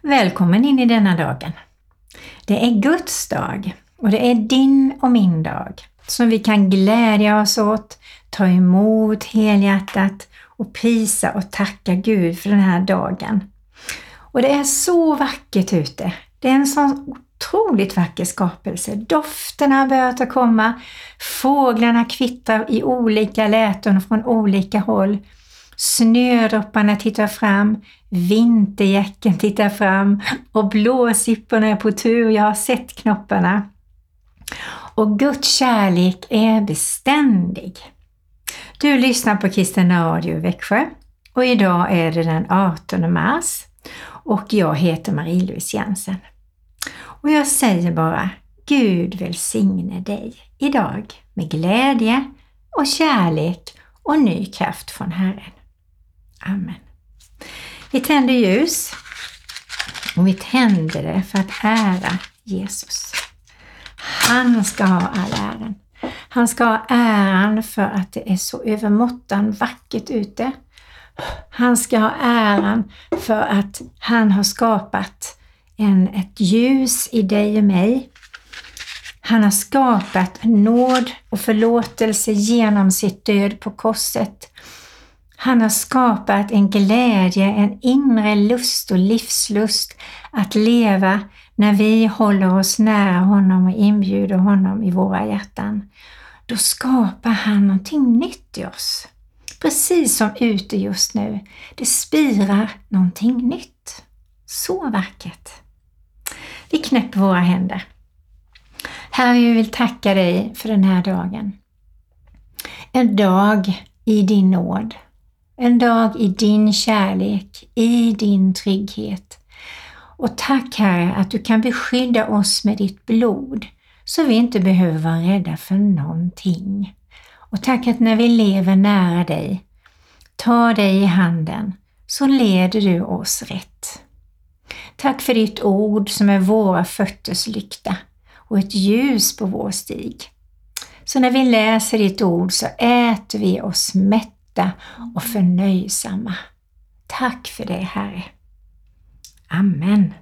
Välkommen in i denna dagen. Det är Guds dag och det är din och min dag som vi kan glädja oss åt, ta emot helhjärtat och prisa och tacka Gud för den här dagen. Och det är så vackert ute. Det är en sån otroligt vacker skapelse. Dofterna börjar att komma, fåglarna kvittrar i olika läten från olika håll. Snödropparna tittar fram, vinterjäcken tittar fram och blåsipporna är på tur. Jag har sett knopparna. Och Guds kärlek är beständig. Du lyssnar på Kristen Radio Växjö och idag är det den 18 mars och jag heter Marie-Louise Jensen. Och jag säger bara, Gud välsigne dig idag med glädje och kärlek och ny kraft från Herren. Amen. Vi tänder ljus och vi tänder det för att ära Jesus. Han ska ha all äran. Han ska ha äran för att det är så övermåttan vackert ute. Han ska ha äran för att han har skapat ett ljus i dig och mig. Han har skapat nåd och förlåtelse genom sitt död på korset. Han har skapat en glädje, en inre lust och livslust att leva när vi håller oss nära honom och inbjuder honom i våra hjärtan. Då skapar han någonting nytt i oss. Precis som ute just nu. Det spirar någonting nytt. Så vackert. Vi knäpper våra händer. Herre, vi vill tacka dig för den här dagen. En dag i din nåd. En dag i din kärlek, i din trygghet. Och tack Herre att du kan beskydda oss med ditt blod så vi inte behöver vara rädda för någonting. Och tack att när vi lever nära dig, tar dig i handen, så leder du oss rätt. Tack för ditt ord som är våra fötters lykta och ett ljus på vår stig. Så när vi läser ditt ord så äter vi oss mätta och förnöjsamma. Tack för det Herre. Amen.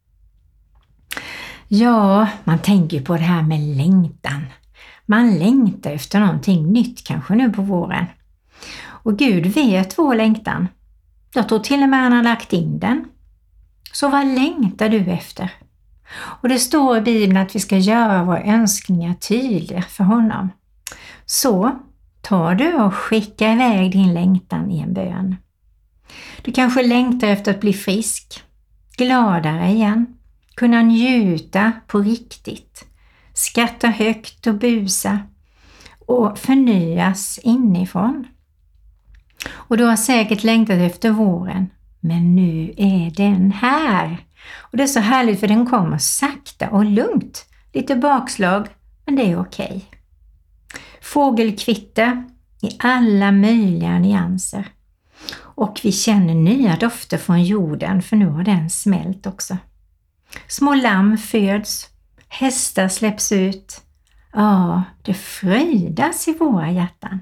Ja, man tänker på det här med längtan. Man längtar efter någonting nytt kanske nu på våren. Och Gud vet vår längtan. Jag tror till och med han har lagt in den. Så vad längtar du efter? Och det står i Bibeln att vi ska göra våra önskningar tydliga för honom. Så tar du och skickar iväg din längtan i en bön. Du kanske längtar efter att bli frisk, gladare igen, kunna njuta på riktigt, skratta högt och busa och förnyas inifrån. Och du har säkert längtat efter våren, men nu är den här. Och det är så härligt för den kommer sakta och lugnt, lite bakslag, men det är okej. Fågelkvitter i alla möjliga nyanser. Och vi känner nya dofter från jorden för nu har den smält också. Små lamm föds, hästar släpps ut. Ja, det fröjdas i våra hjärtan.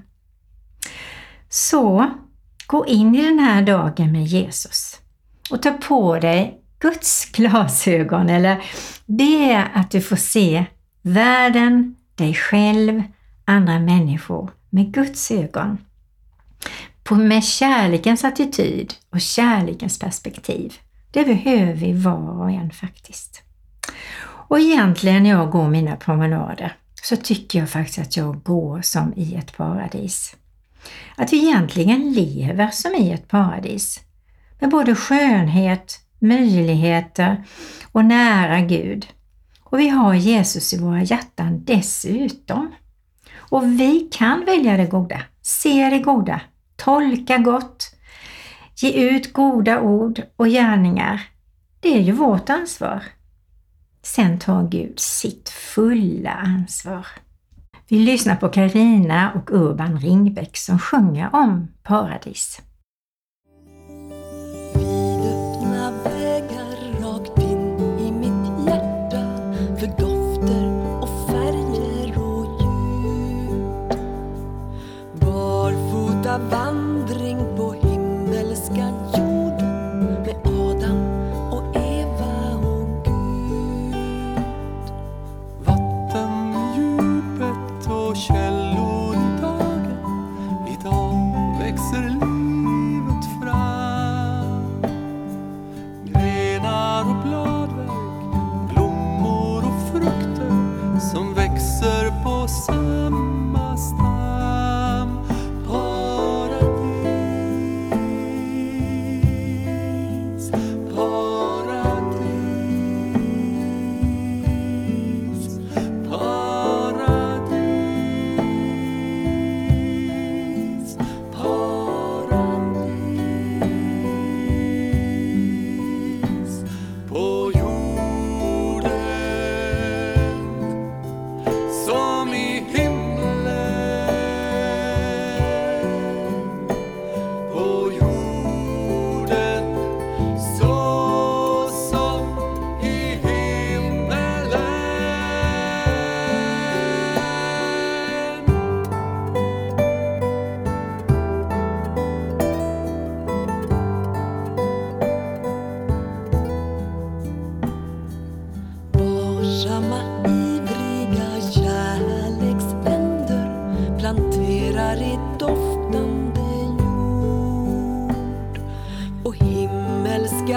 Så gå in i den här dagen med Jesus och ta på dig Guds glasögon eller be att du får se världen, dig själv, andra människor med Guds ögon. Med kärlekens attityd och kärlekens perspektiv. Det behöver vi var och en faktiskt. Och egentligen när jag går mina promenader så tycker jag faktiskt att jag går som i ett paradis. Att vi egentligen lever som i ett paradis. Med både skönhet, möjligheter och nära Gud. Och vi har Jesus i våra hjärtan dessutom. Och vi kan välja det goda, se det goda, tolka gott, ge ut goda ord och gärningar. Det är ju vårt ansvar. Sen tar Gud sitt fulla ansvar. Vi lyssnar på Carina och Urban Ringbäck som sjunger om paradis. Vid öppna vägar rakt in i mitt hjärta för dofter och färger och ljud. Barfota vandring på himmelska jord med Adam och Eva.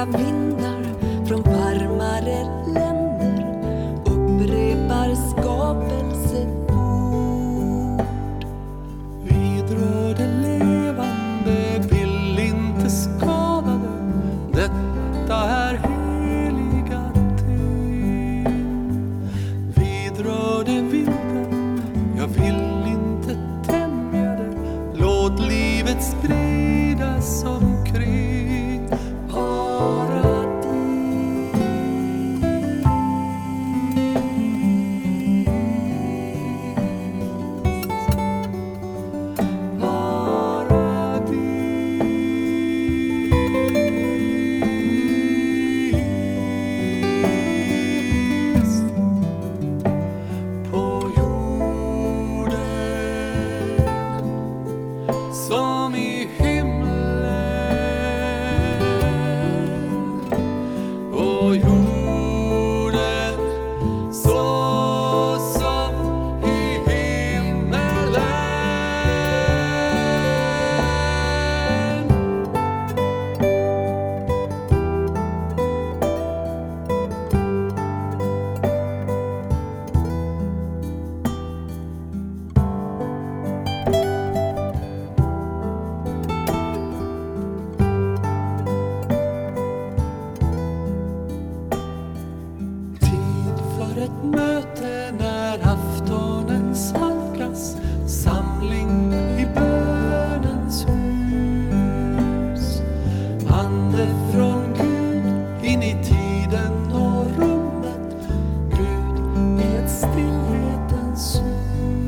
friska vindar från varmare länder upprepar skapelseord. Vidrör det levande, vill inte skada det. Detta är heliga ting. Vidrör det vilda, jag vill inte tämja det. Låt livet spridas omkring. På jorden som i himlen, på jorden så som i himmelen. Tid för ett möte när aftonen salkas. Samling i bönens hus. Ande från Gud in i tiden och rummet. Gud i ett stillhetens hus.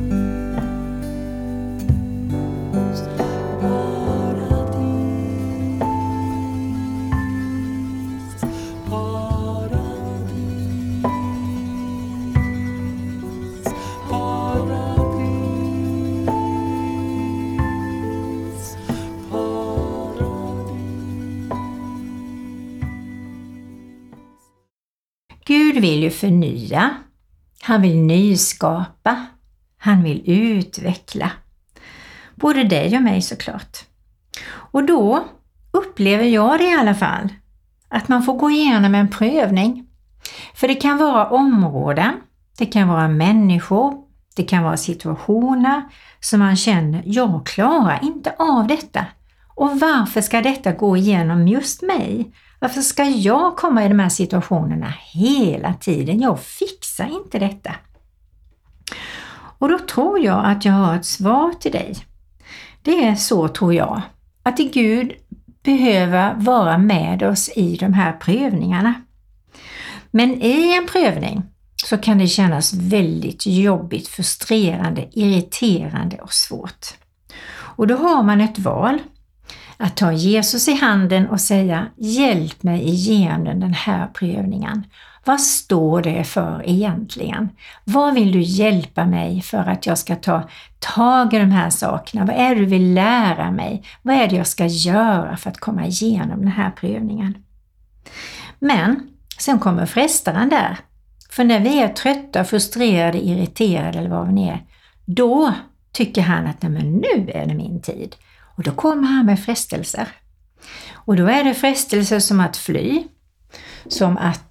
Gud vill ju förnya, han vill nyskapa, han vill utveckla. Både dig och mig såklart. Och då upplever jag det i alla fall, att man får gå igenom en prövning. För det kan vara områden, det kan vara människor, det kan vara situationer som man känner, jag klarar inte av detta. Och varför ska detta gå igenom just mig? Varför ska jag komma i de här situationerna hela tiden? Jag fixar inte detta. Och då tror jag att jag har ett svar till dig. Det är så, tror jag, att Gud behöver vara med oss i de här prövningarna. Men i en prövning så kan det kännas väldigt jobbigt, frustrerande, irriterande och svårt. Och då har man ett val. Att ta Jesus i handen och säga, hjälp mig igenom den här prövningen. Vad står det för egentligen? Vad vill du hjälpa mig för att jag ska ta tag i de här sakerna? Vad är det du vill lära mig? Vad är det jag ska göra för att komma igenom den här prövningen? Men sen kommer frestaren där. För när vi är trötta, frustrerade, irriterade eller vad vi är, då tycker han att nej, men nu är det min tid. Och då kommer han med frestelser. Och då är det frestelser som att fly. Som att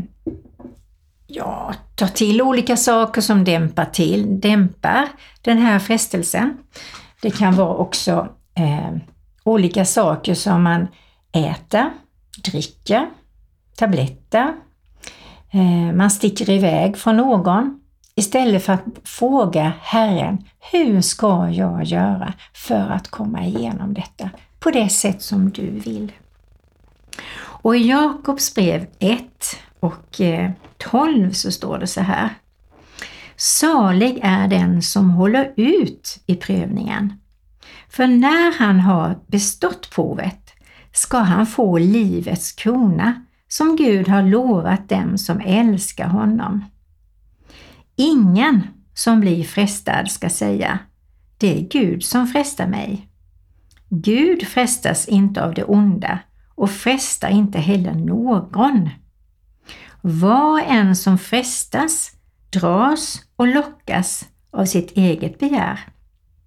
ta till olika saker som dämpar den här frestelsen. Det kan vara också olika saker som man äter, dricker, tabletter. Man sticker iväg från någon. Istället för att fråga Herren, hur ska jag göra för att komma igenom detta på det sätt som du vill? Och i Jakobs brev 1 och 12 så står det så här. Salig är den som håller ut i prövningen. För när han har bestått provet ska han få livets krona som Gud har lovat dem som älskar honom. Ingen som blir frestad ska säga, det är Gud som frestar mig. Gud frestas inte av det onda och frestar inte heller någon. Var en som frestas dras och lockas av sitt eget begär.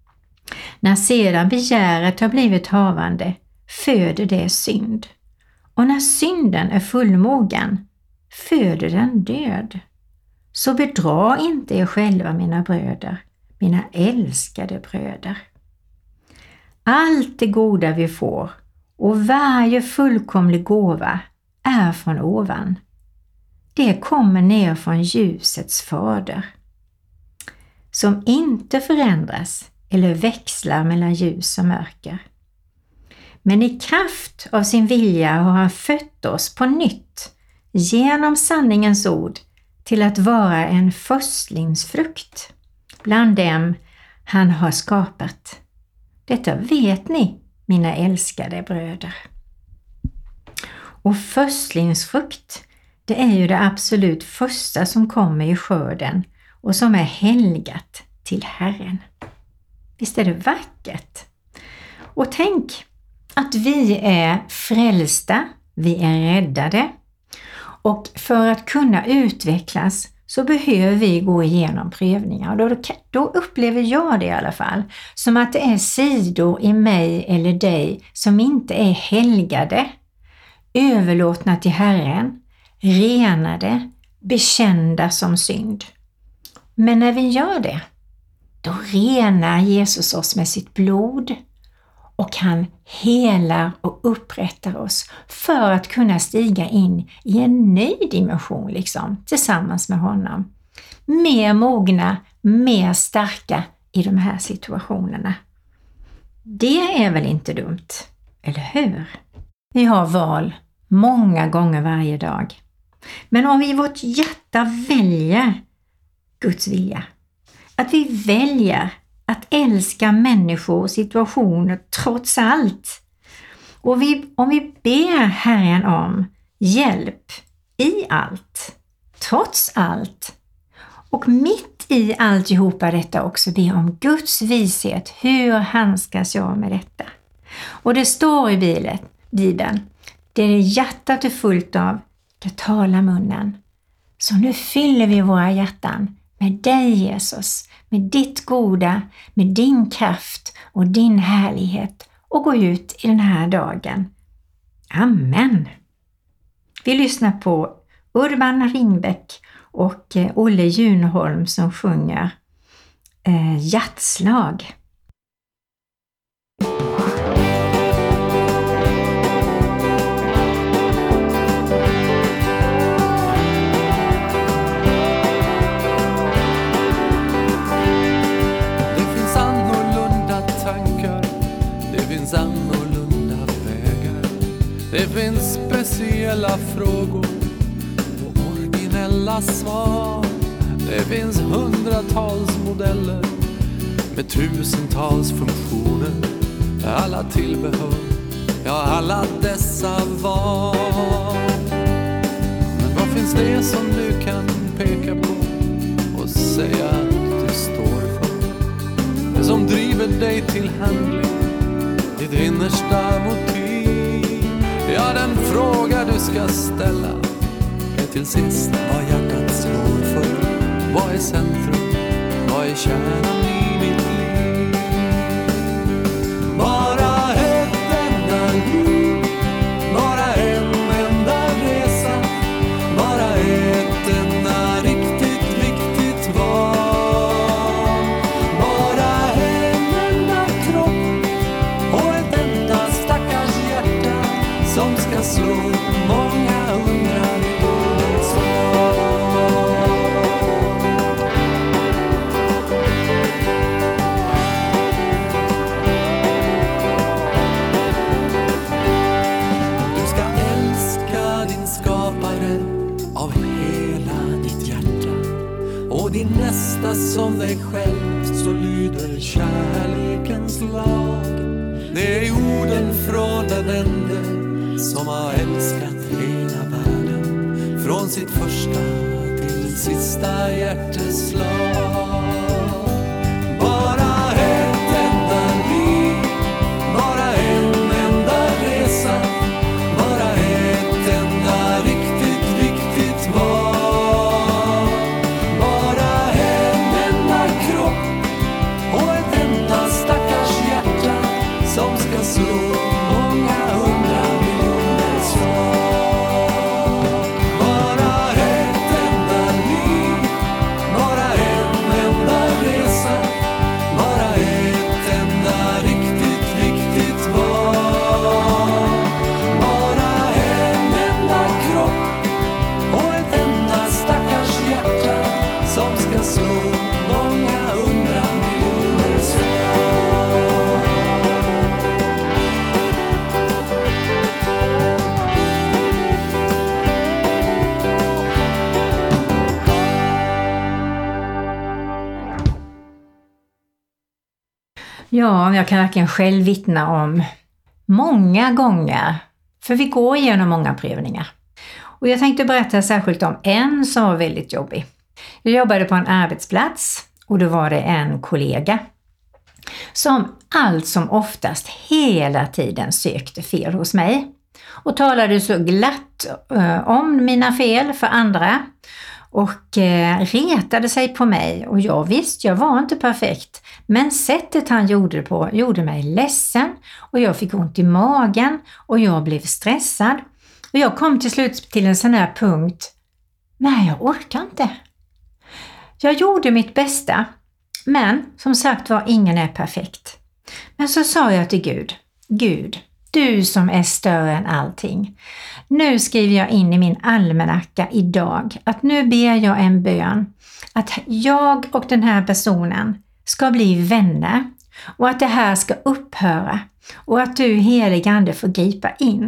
När sedan begäret har blivit havande föder det synd. Och när synden är fullmogen föder den död. Så bedra inte er själva, mina bröder, mina älskade bröder. Allt det goda vi får och varje fullkomlig gåva är från ovan. Det kommer ner från ljusets fader, som inte förändras eller växlar mellan ljus och mörker. Men i kraft av sin vilja har han fött oss på nytt genom sanningens ord till att vara en förstlingsfrukt bland dem han har skapat. Detta vet ni, mina älskade bröder. Och förstlingsfrukt, det är ju det absolut första som kommer i skörden och som är helgat till Herren. Visst är det vackert? Och tänk att vi är frälsta, vi är räddade, och för att kunna utvecklas så behöver vi gå igenom prövningar. Och då upplever jag det i alla fall som att det är sidor i mig eller dig som inte är helgade, överlåtna till Herren, renade, bekända som synd. Men när vi gör det, då renar Jesus oss med sitt blod och han helar och upprättar oss för att kunna stiga in i en ny dimension tillsammans med honom. Mer mogna, mer starka i de här situationerna. Det är väl inte dumt, eller hur? Vi har val många gånger varje dag. Men om vi i vårt hjärta väljer Guds vilja, att vi väljer att älska människor och situationer trots allt. Och om vi ber Herren om hjälp i allt, trots allt, och mitt i alltihopa detta också be om Guds vishet, hur handskas jag med detta. Och det står i Bibeln, det hjärtat är fullt av, det talar munnen. Så nu fyller vi våra hjärtan med dig, Jesus, med ditt goda, med din kraft och din härlighet, och gå ut i den här dagen. Amen. Vi lyssnar på Urban Ringbäck och Olle Junholm som sjunger Hjärtslag. Annorlunda vägar. Det finns speciella frågor och originella svar. Det finns hundratals modeller med tusentals funktioner. Alla tillbehör, ja alla dessa var. Men vad finns det som du kan peka på och säga att du står för? Det som driver dig till handling, ditt innersta motiv. Ja, den fråga du ska ställa är till sist vad hjärtat slår för. Vad är centrum? Vad är kärnan i mitt liv? Bara ett enda liv, bara en enda resa, bara ett enda riktigt viktigt val. Bara en enda kropp och ett enda stackars hjärta som ska slå många 100 miljoner slag. Du ska älska din skapare av hela ditt hjärta och din nästa som dig själv, så lyder kärlekens lag. Det är orden från den ende som har älskat hela världen, från sitt första till sista hjärteslag. Bara ett enda liv, bara en enda resa, bara ett enda riktigt viktigt val. Bara en enda kropp och ett enda stackars hjärta som ska slå många 100 miljoner slag. Ja, jag kan verkligen själv vittna om många gånger. För vi går igenom många prövningar. Och jag tänkte berätta särskilt om en som var väldigt jobbig. Jag jobbade på en arbetsplats och då var det en kollega som allt som oftast hela tiden sökte fel hos mig. Och talade så glatt om mina fel för andra. Och retade sig på mig. Och jag visste, jag var inte perfekt. Men sättet han gjorde det på gjorde mig ledsen. Och jag fick ont i magen. Och jag blev stressad. Och jag kom till slut till en sån här punkt. Nej, jag orkar inte. Jag gjorde mitt bästa. Men som sagt var, ingen är perfekt. Men så sa jag till Gud. Gud, du som är större än allting. Nu skriver jag in i min almanacka idag att nu ber jag en bön. Att jag och den här personen ska bli vänner. Och att det här ska upphöra. Och att du, helige ande, får gripa in.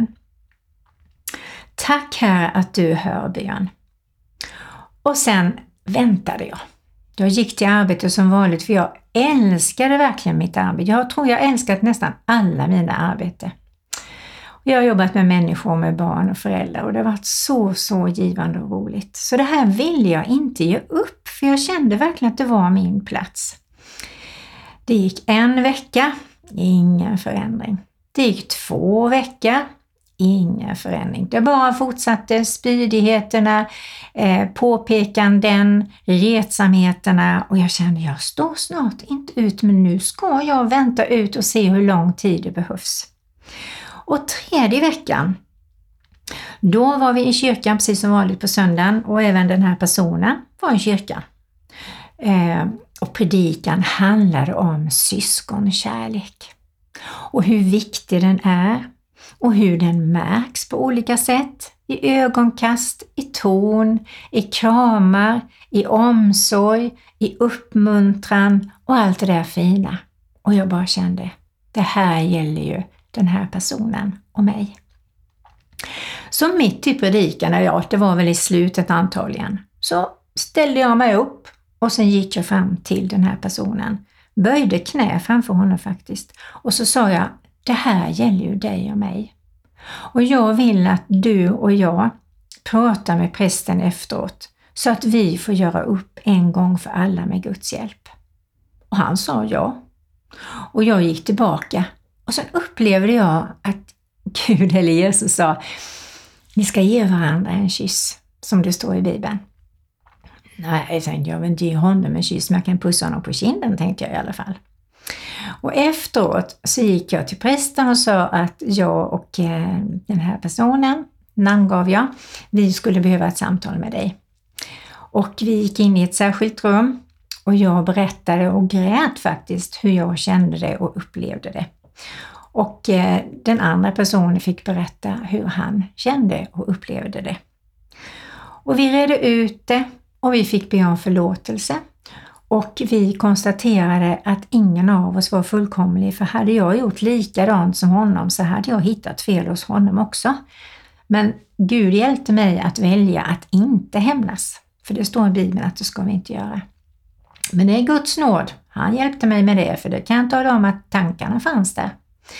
Tack Herre att du hör bön. Och sen väntade jag. Jag gick till arbetet som vanligt för jag älskade verkligen mitt arbete. Jag tror jag älskat nästan alla mina arbeten. Jag har jobbat med människor, med barn och föräldrar och det har varit så givande och roligt. Så det här ville jag inte ge upp för jag kände verkligen att det var min plats. Det gick en vecka, ingen förändring. Det gick 2 veckor, ingen förändring. Det bara fortsatte spydigheterna, påpekanden, retsamheterna och jag kände jag står snart inte ut men nu ska jag vänta ut och se hur lång tid det behövs. Och 3:e veckan, då var vi i kyrkan precis som vanligt på söndagen och även den här personen var i kyrkan. Och predikan handlade om syskonkärlek och hur viktig den är och hur den märks på olika sätt. I ögonkast, i ton, i kramar, i omsorg, i uppmuntran och allt det där fina. Och jag bara kände, det här gäller ju den här personen och mig. Så mitt i predikan, det var väl i slutet antagligen, så ställde jag mig upp och sen gick jag fram till den här personen. Böjde knä framför honom faktiskt. Och så sa jag, det här gäller ju dig och mig. Och jag vill att du och jag pratar med prästen efteråt så att vi får göra upp en gång för alla med Guds hjälp. Och han sa ja. Och jag gick tillbaka. Och sen upplevde jag att Gud eller Jesus sa, ni ska ge varandra en kyss, som det står i Bibeln. Nej, jag vill inte ge honom en kyss, men jag kan pussa honom på kinden, tänkte jag i alla fall. Och efteråt så gick jag till prästen och sa att jag och den här personen, namngav jag, vi skulle behöva ett samtal med dig. Och vi gick in i ett särskilt rum och jag berättade och grät faktiskt hur jag kände det och upplevde det. Och den andra personen fick berätta hur han kände och upplevde det. Och vi redde ut det och vi fick be om förlåtelse. Och vi konstaterade att ingen av oss var fullkomlig, för hade jag gjort likadant som honom så hade jag hittat fel hos honom också. Men Gud hjälpte mig att välja att inte hämnas, för det står i Bibeln att det ska vi inte göra. Men det är Guds nåd, han hjälpte mig med det, för det kan jag tala om att tankarna fanns där.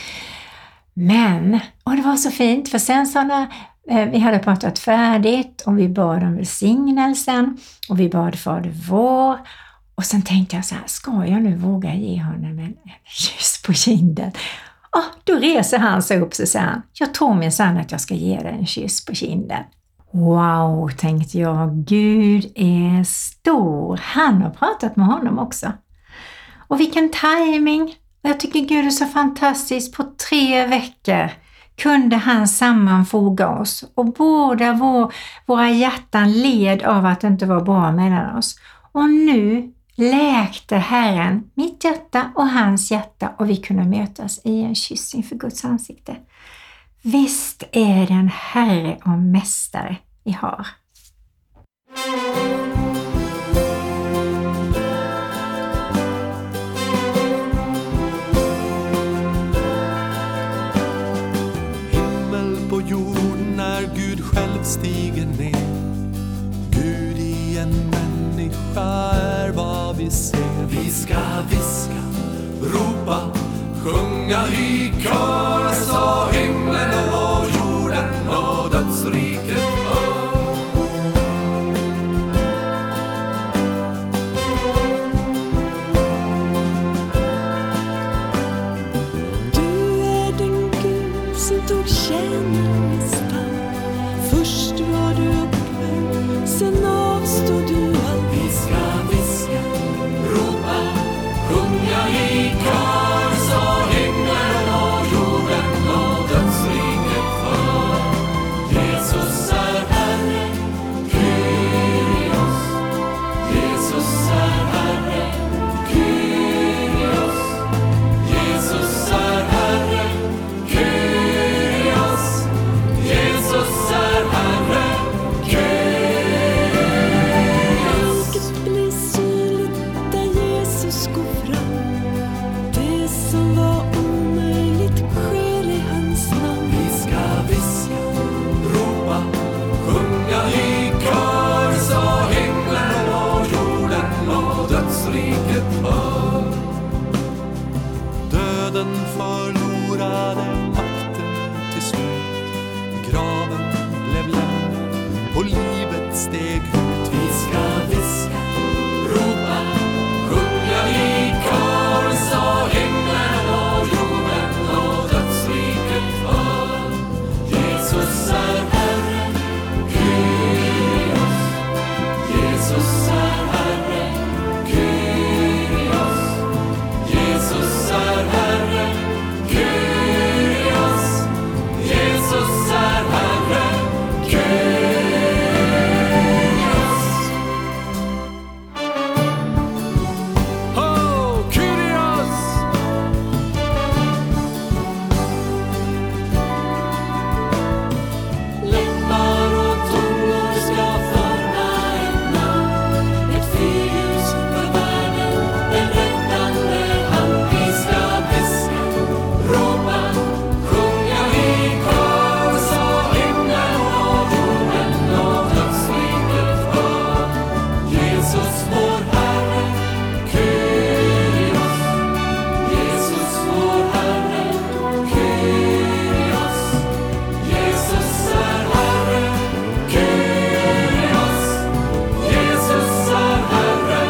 Men, och det var så fint, för sen så när vi hade pratat färdigt och vi bad om välsignelsen och vi bad Fader vår. Och sen tänkte jag så här, ska jag nu våga ge honom en kyss på kinden? Då reser han sig upp och säger han, jag tror minsann att jag ska ge dig en kyss på kinden. Wow, tänkte jag, Gud är stor. Han har pratat med honom också. Och vilken timing. Jag tycker Gud är så fantastisk. På 3 veckor kunde han sammanfoga oss. Och båda våra hjärtan led av att det inte var bra mellan oss. Och nu läkte Herren mitt hjärta och hans hjärta och vi kunde mötas i en kyss inför Guds ansikte. Visst är det en Herre och Mästare vi har. Himmel på jord när Gud själv stiger ner. Gud i en människa är vad vi ser. Vi ska viska, ropa i kör, sa himlen och jorden och dödsriket hör. Du är den Gud som tog tjänarens stam. Först var du upphöjd, sen avstod du allt. Vi ska viska, ropa, sjunga i kör, sa himlen och jorden och dödsriket hör. Jesus är Herre, Kyrios. Jesus är Herre, Kyrios. Jesus är Herre, Kyrios. Jesus är Herre, Kyrios. Riket blir synligt där Jesus går fram. Det som var omöjligt sker i hans namn. Vi ska viska, ropa, sjunga i kör, sa himlen och jorden och dödsriket hör. Döden förlorade makten till slut. Graven blev lämnad och livet steg ut. Vi ska viska, ropa, sjunga i kör, sa himlen och jorden och dödsriket hör. Jesus är Herre, Kyrios. Jesus är Herre, Kyrios. Jesus är Herre, Kyrios. Jesus är Herre, Kyrios. Oh, Kyrios! Läppar och tungor ska forma ett namn, ett friljus för världen, en räddande hand. Vi ska viska, ropa, sjunga i kör, sa himlen och jorden och dödsriket hör. Jesus vår Herre, Kyrios. Jesus vår Herre, Kyrios. Jesus är Herre, Kyrios. Jesus är Herre,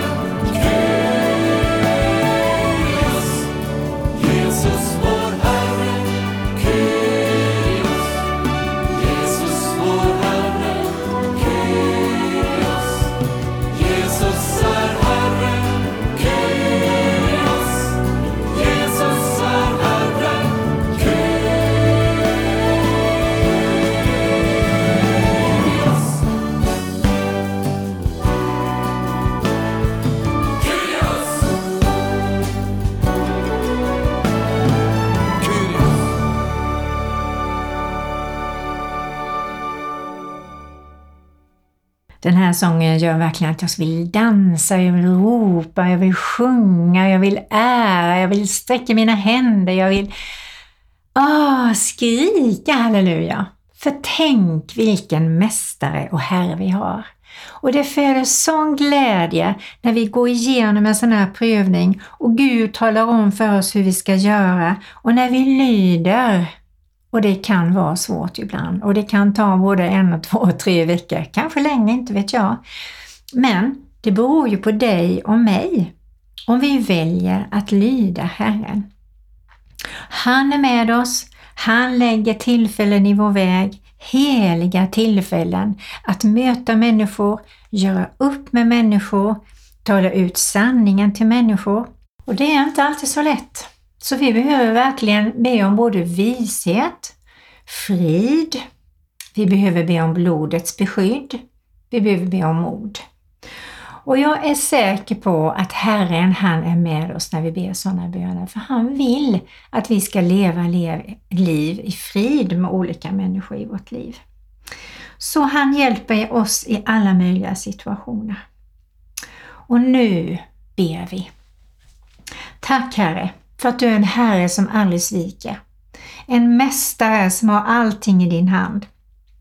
Kyrios. Jesus vår Herre, Kyrios. Jesus vår Herre, Kyrios. Jesus är Herre, Kyrios. Jesus är Herre, Den här sången gör verkligen att jag vill dansa, jag vill ropa, jag vill sjunga, jag vill ära, jag vill sträcka mina händer, jag vill skrika halleluja. För tänk vilken mästare och herre vi har. Och det föder sån glädje när vi går igenom en sån här prövning och Gud talar om för oss hur vi ska göra och när vi lyder. Och det kan vara svårt ibland och det kan ta både 1, 2, 3 veckor, kanske längre, inte vet jag. Men det beror ju på dig och mig om vi väljer att lyda Herren. Han är med oss, han lägger tillfällen i vår väg, heliga tillfällen att möta människor, göra upp med människor, tala ut sanningen till människor. Och det är inte alltid så lätt. Så vi behöver verkligen be om både vishet, frid, vi behöver be om blodets beskydd, vi behöver be om mod. Och jag är säker på att Herren, han är med oss när vi ber sådana böner. För han vill att vi ska leva liv i frid med olika människor i vårt liv. Så han hjälper oss i alla möjliga situationer. Och nu ber vi. Tack Herre, för att du är en Herre som aldrig sviker. En mästare som har allting i din hand.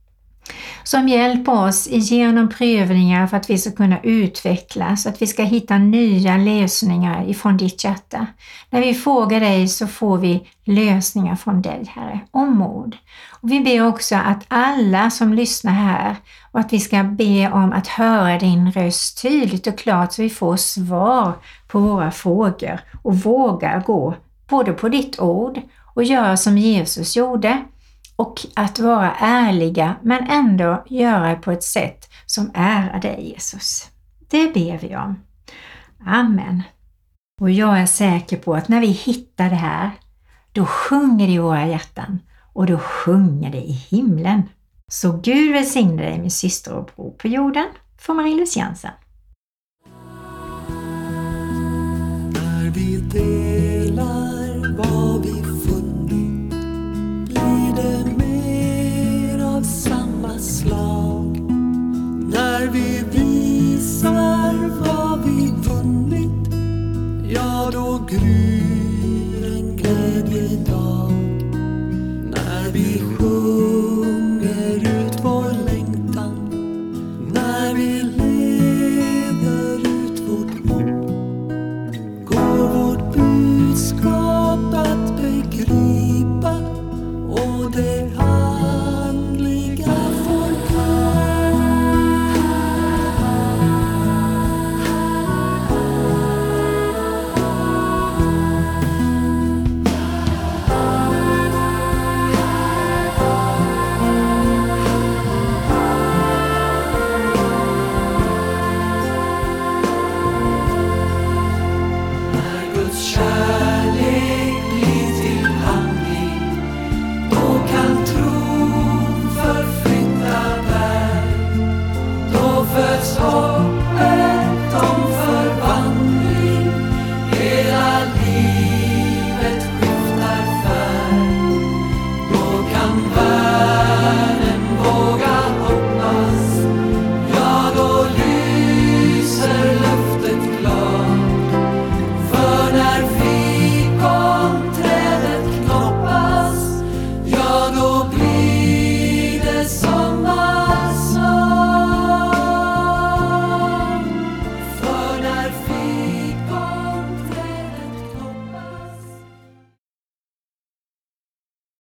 Som hjälper oss genom prövningar för att vi ska kunna utvecklas, att vi ska hitta nya lösningar ifrån ditt hjärta. När vi frågar dig så får vi lösningar från dig, Herre, om mod. Och vi ber också att alla som lyssnar här och att vi ska be om att höra din röst tydligt och klart så vi får svar på våra frågor och vågar gå både på ditt ord och göra som Jesus gjorde. Och att vara ärliga men ändå göra på ett sätt som är dig, Jesus. Det ber vi om. Amen. Och jag är säker på att när vi hittar det här, då sjunger det i våra hjärtan och då sjunger det i himlen. Så Gud välsigne dig min syster och bror på jorden, för Marie-Louise Jensen. När vi